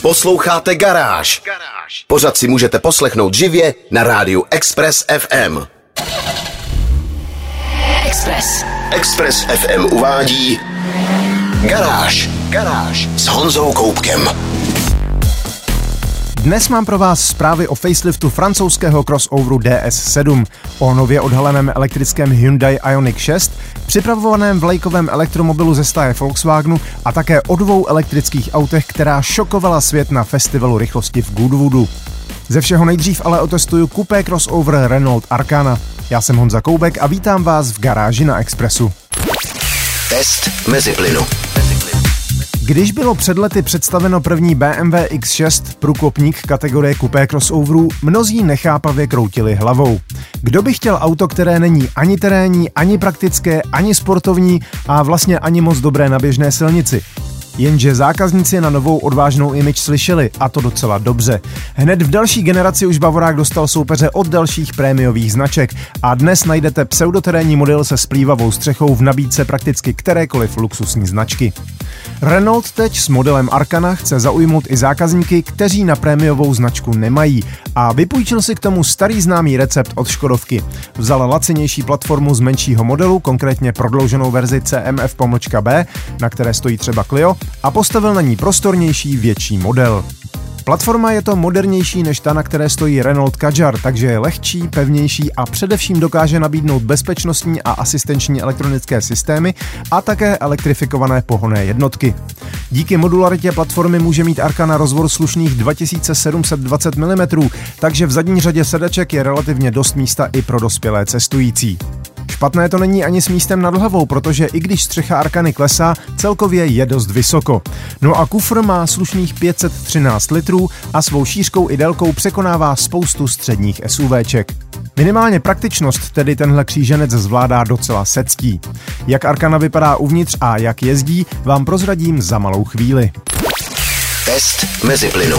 Posloucháte Garáž. Pořad si můžete poslechnout živě na rádiu Express FM. Express FM uvádí Garáž s Honzou Koubkem. Dnes mám pro vás zprávy o faceliftu francouzského crossoveru DS7, o nově odhaleném elektrickém Hyundai Ioniq 6, připravovaném vlajkovém elektromobilu ze stáje Volkswagenu a také o 2 elektrických autech, která šokovala svět na festivalu rychlosti v Goodwoodu. Ze všeho nejdřív ale otestuju kupé crossover Renault Arkana. Já jsem Honza Koubek a vítám vás v Garáži na Expressu. Test meziplynu. Když bylo před lety představeno první BMW X6, průkopník kategorie kupé crossoverů, mnozí nechápavě kroutili hlavou. Kdo by chtěl auto, které není ani terénní, ani praktické, ani sportovní a vlastně ani moc dobré na běžné silnici? Jenže zákazníci na novou odvážnou image slyšeli, a to docela dobře. Hned v další generaci už Bavorák dostal soupeře od dalších prémiových značek a dnes najdete pseudoterénní model se splývavou střechou v nabídce prakticky kterékoliv luxusní značky. Renault teď s modelem Arkana chce zaujmout i zákazníky, kteří na prémiovou značku nemají, a vypůjčil si k tomu starý známý recept od Škodovky. Vzal lacinější platformu z menšího modelu, konkrétně prodlouženou verzi CMF-B, na které stojí třeba Clio, a postavil na ní prostornější, větší model. Platforma je to modernější než ta, na které stojí Renault Kadjar, takže je lehčí, pevnější a především dokáže nabídnout bezpečnostní a asistenční elektronické systémy a také elektrifikované pohonné jednotky. Díky modularitě platformy může mít Arkana rozvor slušných 2720 mm, takže v zadní řadě sedaček je relativně dost místa i pro dospělé cestující. Špatné to není ani s místem nad hlavou, protože i když střecha Arkany klesá, celkově je dost vysoko. No a kufr má slušných 513 litrů a svou šířkou i délkou překonává spoustu středních SUVček. Minimálně praktičnost tedy tenhle kříženec zvládá docela se ctí. Jak Arkana vypadá uvnitř a jak jezdí, vám prozradím za malou chvíli. Test meziplynu.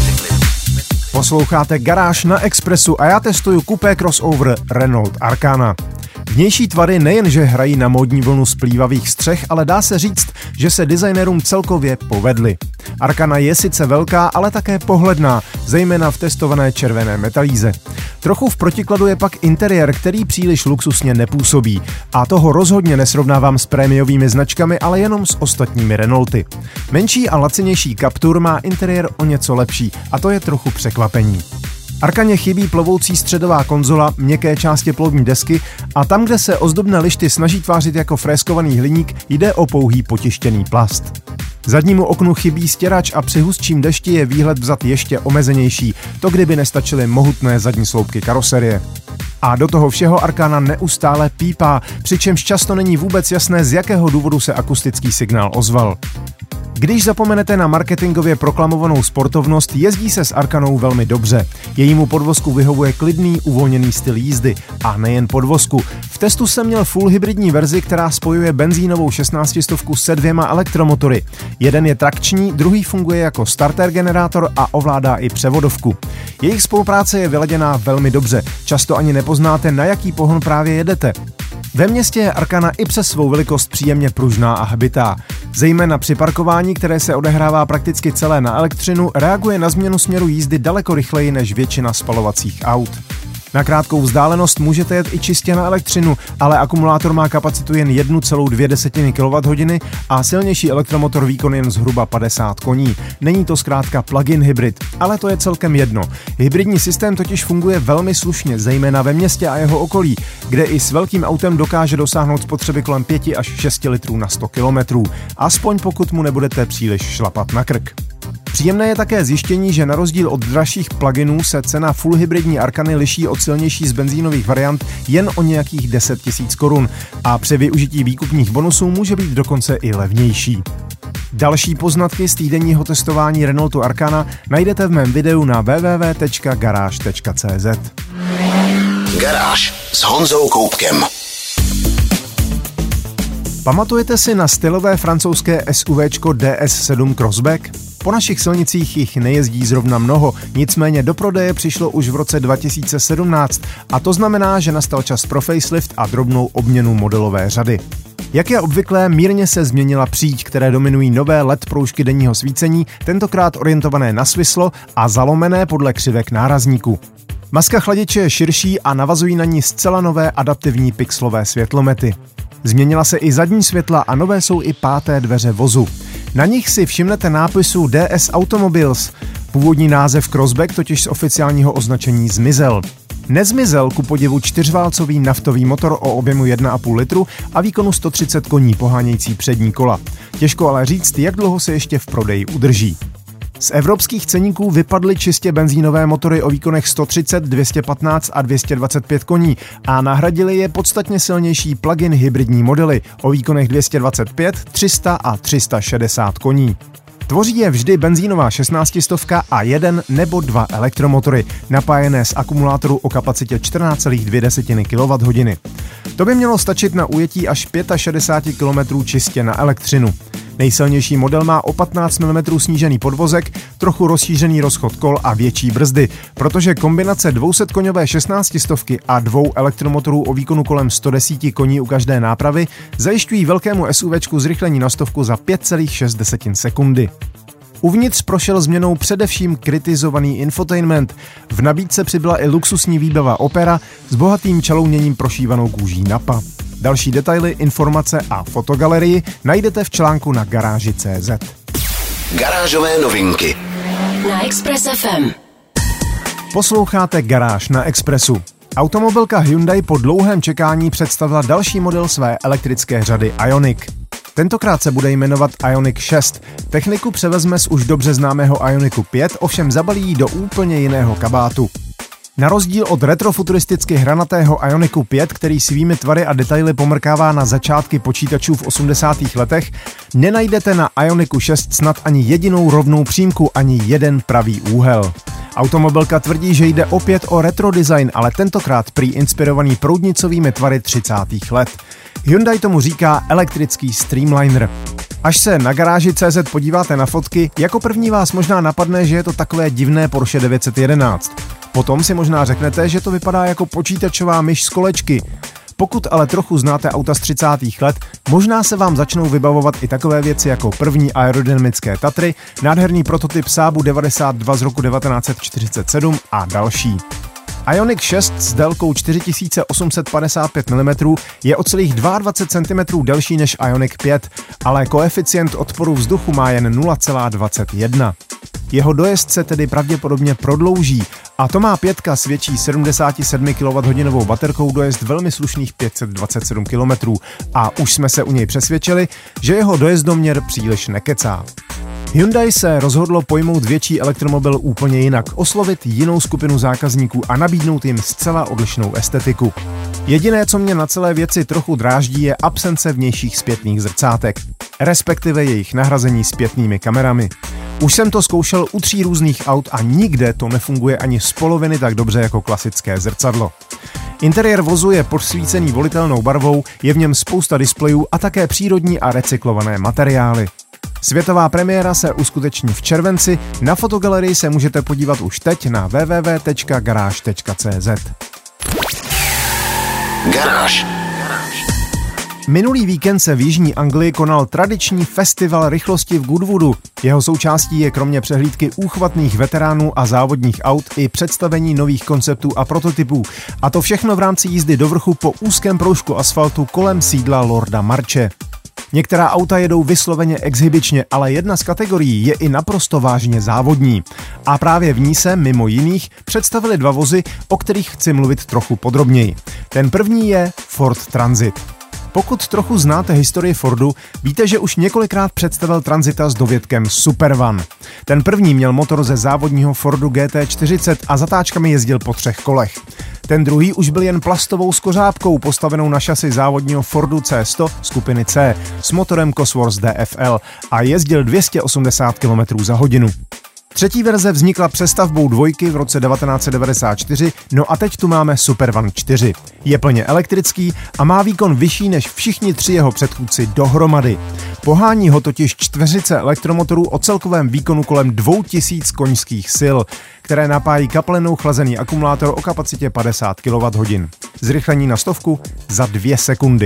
Posloucháte Garáž na Expressu a já testuju kupé crossover Renault Arkana. Vnější tvary nejenže hrají na módní vlnu splývavých střech, ale dá se říct, že se designérům celkově povedly. Arkana je sice velká, ale také pohledná, zejména v testované červené metalíze. Trochu v protikladu je pak interiér, který příliš luxusně nepůsobí. A toho rozhodně nesrovnávám s prémiovými značkami, ale jenom s ostatními Renaulty. Menší a lacinější Captur má interiér o něco lepší a to je trochu překvapení. Arkaně chybí plovoucí středová konzola, měkké části plovní desky a tam, kde se ozdobné lišty snaží tvářit jako fréskovaný hliník, jde o pouhý potištěný plast. Zadnímu oknu chybí stěrač a při hustším dešti je výhled vzad ještě omezenější, to kdyby nestačily mohutné zadní sloupky karoserie. A do toho všeho Arkana neustále pípá, přičemž často není vůbec jasné, z jakého důvodu se akustický signál ozval. Když zapomenete na marketingově proklamovanou sportovnost, jezdí se s Arkanou velmi dobře. Jejímu podvozku vyhovuje klidný, uvolněný styl jízdy. A nejen podvozku. V testu jsem měl full hybridní verzi, která spojuje benzínovou 1600 se 2 elektromotory. Jeden je trakční, druhý funguje jako starter generátor a ovládá i převodovku. Jejich spolupráce je vyladěná velmi dobře. Často ani nepoznáte, na jaký pohon právě jedete. Ve městě je Arkana i přes svou velikost příjemně pružná a hbitá. Zejména při parkování, které se odehrává prakticky celé na elektřinu, reaguje na změnu směru jízdy daleko rychleji než většina spalovacích aut. Na krátkou vzdálenost můžete jet i čistě na elektřinu, ale akumulátor má kapacitu jen 1,2 kWh a silnější elektromotor výkon jen zhruba 50 koní. Není to zkrátka plug-in hybrid, ale to je celkem jedno. Hybridní systém totiž funguje velmi slušně, zejména ve městě a jeho okolí, kde i s velkým autem dokáže dosáhnout spotřeby kolem 5 až 6 litrů na 100 km, aspoň pokud mu nebudete příliš šlapat na krk. Příjemné je také zjištění, že na rozdíl od dražších pluginů se cena full hybridní Arkany liší od silnější z benzínových variant jen o nějakých 10 000 korun a při využití výkupních bonusů může být dokonce i levnější. Další poznatky z týdenního testování Renaultu Arkana najdete v mém videu na www.garage.cz. Garáž s Honzou Koubkem. Pamatujete si na stylové francouzské SUVčko DS7 Crossback? Po našich silnicích jich nejezdí zrovna mnoho, nicméně do prodeje přišlo už v roce 2017 a to znamená, že nastal čas pro facelift a drobnou obměnu modelové řady. Jak je obvyklé, mírně se změnila příď, které dominují nové LED proužky denního svícení, tentokrát orientované na svislo a zalomené podle křivek nárazníku. Maska chladiče je širší a navazují na ní zcela nové adaptivní pixelové světlomety. Změnila se i zadní světla a nové jsou i páté dveře vozu. Na nich si všimnete nápisu DS Automobiles. Původní název Crossback totiž z oficiálního označení zmizel. Nezmizel ku podivu čtyřválcový naftový motor o objemu 1,5 litru a výkonu 130 koní pohánějící přední kola. Těžko ale říct, jak dlouho se ještě v prodeji udrží. Z evropských ceníků vypadly čistě benzínové motory o výkonech 130, 215 a 225 koní a nahradily je podstatně silnější plug-in hybridní modely o výkonech 225, 300 a 360 koní. Tvoří je vždy benzínová 16stovka a jeden nebo dva elektromotory, napájené z akumulátoru o kapacitě 14,2 kWh. To by mělo stačit na ujetí až 65 km čistě na elektřinu. Nejsilnější model má o 15 mm snížený podvozek, trochu rozšířený rozchod kol a větší brzdy, protože kombinace 200koňové 16stovky a dvou elektromotorů o výkonu kolem 110 koní u každé nápravy zajišťují velkému SUVčku zrychlení na stovku za 5,6 sekundy. Uvnitř prošel změnou především kritizovaný infotainment. V nabídce přibyla i luxusní výbava Opera s bohatým čalouněním prošívanou kůží Napa. Další detaily, informace a fotogalerii najdete v článku na garáži.cz. Garážové novinky na Express FM. Posloucháte Garáž na Expressu. Automobilka Hyundai po dlouhém čekání představila další model své elektrické řady Ioniq. Tentokrát se bude jmenovat Ioniq 6. Techniku převezme z už dobře známého Ioniqu 5, ovšem zabalí ji do úplně jiného kabátu. Na rozdíl od retrofuturisticky hranatého Ioniqu 5, který svými tvary a detaily pomrkává na začátky počítačů v 80. letech, nenajdete na Ioniqu 6 snad ani jedinou rovnou přímku, ani jeden pravý úhel. Automobilka tvrdí, že jde opět o retro design, ale tentokrát prý inspirovaný proudnicovými tvary 30. let. Hyundai tomu říká elektrický streamliner. Až se na garáži.cz podíváte na fotky, jako první vás možná napadne, že je to takové divné Porsche 911. Potom si možná řeknete, že to vypadá jako počítačová myš z kolečky. Pokud ale trochu znáte auta z 30. let, možná se vám začnou vybavovat i takové věci jako první aerodynamické Tatry, nádherný prototyp Saabu 92 z roku 1947 a další. Ioniq 6 s délkou 4855 mm je o celých 22 cm delší než Ioniq 5, ale koeficient odporu vzduchu má jen 0,21. Jeho dojezd se tedy pravděpodobně prodlouží a to má pětka s větší 77 kWh baterkou dojezd velmi slušných 527 km a už jsme se u něj přesvědčili, že jeho dojezdoměr příliš nekecá. Hyundai se rozhodlo pojmout větší elektromobil úplně jinak, oslovit jinou skupinu zákazníků a nabídnout jim zcela odlišnou estetiku. Jediné, co mě na celé věci trochu dráždí, je absence vnějších zpětných zrcátek, respektive jejich nahrazení zpětnými kamerami. Už jsem to zkoušel u 3 různých aut a nikde to nefunguje ani z poloviny tak dobře jako klasické zrcadlo. Interiér vozu je podsvícený volitelnou barvou, je v něm spousta displejů a také přírodní a recyklované materiály. Světová premiéra se uskuteční v červenci, na fotogalerii se můžete podívat už teď na www.garage.cz. Garáž. Minulý víkend se v jižní Anglii konal tradiční festival rychlosti v Goodwoodu. Jeho součástí je kromě přehlídky úchvatných veteránů a závodních aut i představení nových konceptů a prototypů. A to všechno v rámci jízdy do vrchu po úzkém proužku asfaltu kolem sídla Lorda Marche. Některá auta jedou vysloveně exhibičně, ale jedna z kategorií je i naprosto vážně závodní. A právě v ní se, mimo jiných, představili 2 vozy, o kterých chci mluvit trochu podrobněji. Ten první je Ford Transit. Pokud trochu znáte historii Fordu, víte, že už několikrát představil Transita s dovětkem Supervan. Ten první měl motor ze závodního Fordu GT40 a zatáčkami jezdil po 3 kolech. Ten druhý už byl jen plastovou skořápkou postavenou na šasi závodního Fordu C100 skupiny C s motorem Cosworth DFL a jezdil 280 km za hodinu. Třetí verze vznikla přestavbou 2 v roce 1994, no a teď tu máme Supervan 4. Je plně elektrický a má výkon vyšší než všichni 3 jeho předchůdci dohromady. Pohání ho totiž 4 elektromotorů o celkovém výkonu kolem 2000 koňských sil, které napájí kapalinou chlazený akumulátor o kapacitě 50 kWh. Zrychlení na 100 za 2 sekundy.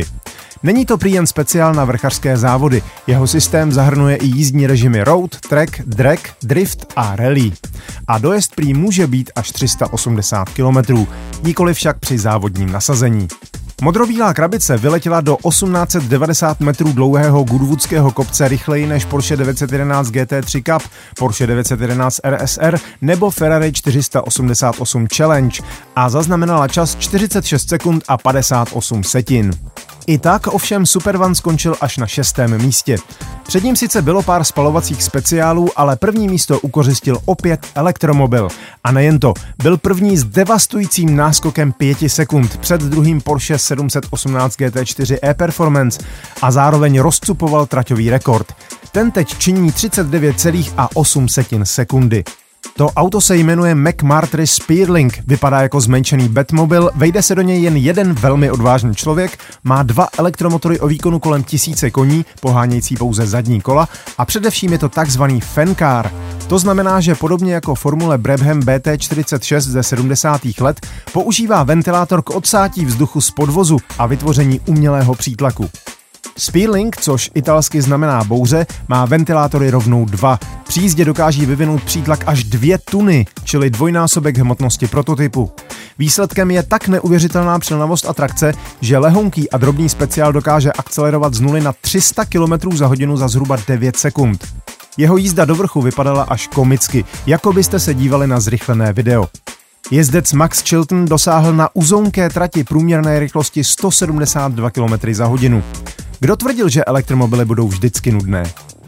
Není to prý jen speciál na vrchařské závody. Jeho systém zahrnuje i jízdní režimy road, track, drag, drift a rally. A dojezd prý může být až 380 km, nikoli však při závodním nasazení. Modrobílá krabice vyletěla do 1890 metrů dlouhého goodwoodského kopce rychleji než Porsche 911 GT3 Cup, Porsche 911 RSR nebo Ferrari 488 Challenge a zaznamenala čas 46 sekund a 58 setin. I tak ovšem Supervan skončil až na 6. místě. Před ním sice bylo pár spalovacích speciálů, ale první místo ukořistil opět elektromobil. A nejen to, byl první s devastujícím náskokem 5 sekund před druhým Porsche 718 GT4 e-Performance a zároveň rozcupoval traťový rekord. Ten teď činí 39,8 sekundy. To auto se jmenuje McMurtry Speedlink, vypadá jako zmenšený Batmobil, vejde se do něj jen jeden velmi odvážný člověk, má 2 elektromotory o výkonu kolem 1000 koní, pohánějící pouze zadní kola a především je to takzvaný fan car. To znamená, že podobně jako formule Brabham BT46 ze 70. let používá ventilátor k odsátí vzduchu z podvozu a vytvoření umělého přítlaku. Speedlink, což italsky znamená bouře, má ventilátory rovnou 2. Při jízdě dokáží vyvinout přítlak až 2 tuny, čili dvojnásobek hmotnosti prototypu. Výsledkem je tak neuvěřitelná přilnavost a trakce, že lehonký a drobný speciál dokáže akcelerovat z 0 na 300 km za hodinu za zhruba 9 sekund. Jeho jízda do vrchu vypadala až komicky, jako byste se dívali na zrychlené video. Jezdec Max Chilton dosáhl na uzounké trati průměrné rychlosti 172 km za hodinu. Kdo tvrdil, že elektromobily budou vždycky nudné?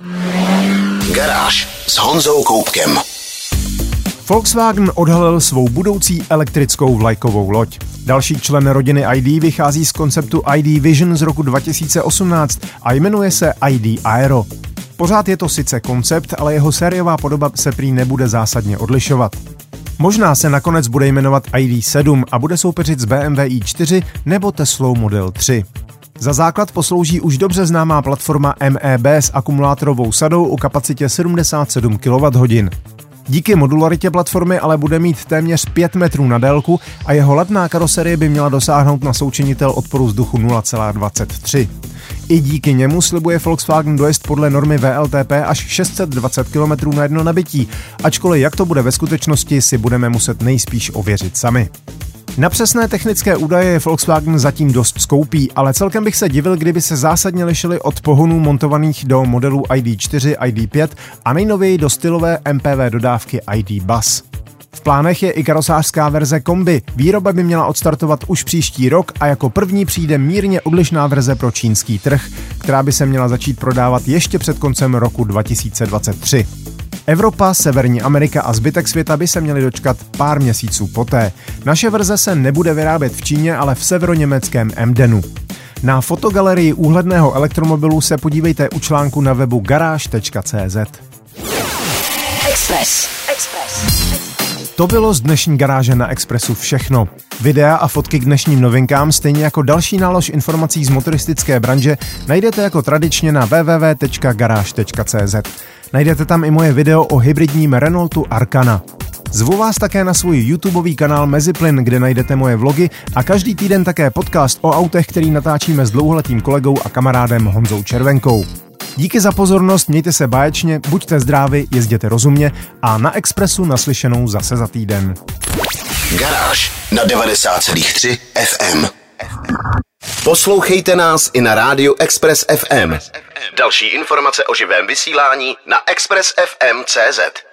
Garáž s Honzou Koubkem. Volkswagen odhalil svou budoucí elektrickou vlajkovou loď. Další člen rodiny ID vychází z konceptu ID Vision z roku 2018 a jmenuje se ID Aero. Pořád je to sice koncept, ale jeho sériová podoba se prý nebude zásadně odlišovat. Možná se nakonec bude jmenovat ID7 a bude soupeřit s BMW i4 nebo Teslou Model 3. Za základ poslouží už dobře známá platforma MEB s akumulátorovou sadou o kapacitě 77 kWh. Díky modularitě platformy ale bude mít téměř 5 metrů na délku a jeho ladná karoserie by měla dosáhnout na součinitel odporu vzduchu 0,23. I díky němu slibuje Volkswagen dojezd podle normy VLTP až 620 km na jedno nabití, ačkoliv jak to bude ve skutečnosti, si budeme muset nejspíš ověřit sami. Na přesné technické údaje je Volkswagen zatím dost skoupý, ale celkem bych se divil, kdyby se zásadně lišily od pohonů montovaných do modelů ID4, ID5 a nejnověji do stylové MPV dodávky ID Buzz. V plánech je i karosářská verze kombi. Výroba by měla odstartovat už příští rok a jako první přijde mírně odlišná verze pro čínský trh, která by se měla začít prodávat ještě před koncem roku 2023. Evropa, Severní Amerika a zbytek světa by se měli dočkat pár měsíců poté. Naše verze se nebude vyrábět v Číně, ale v severoněmeckém Emdenu. Na fotogalerii úhledného elektromobilu se podívejte u článku na webu garage.cz. Express. To bylo z dnešní garáže na Expressu všechno. Videa a fotky k dnešním novinkám, stejně jako další nálož informací z motoristické branže, najdete jako tradičně na www.garage.cz. Najdete tam i moje video o hybridním Renaultu Arkana. Zvu vás také na svůj YouTubeový kanál Meziplyn, kde najdete moje vlogy a každý týden také podcast o autech, který natáčíme s dlouholetým kolegou a kamarádem Honzou Červenkou. Díky za pozornost, mějte se báječně, buďte zdraví, jezděte rozumně a na Expressu naslyšenou zase za týden. Garáž na 90,3 FM. Poslouchejte nás i na rádiu Express FM. Další informace o živém vysílání na expressfm.cz.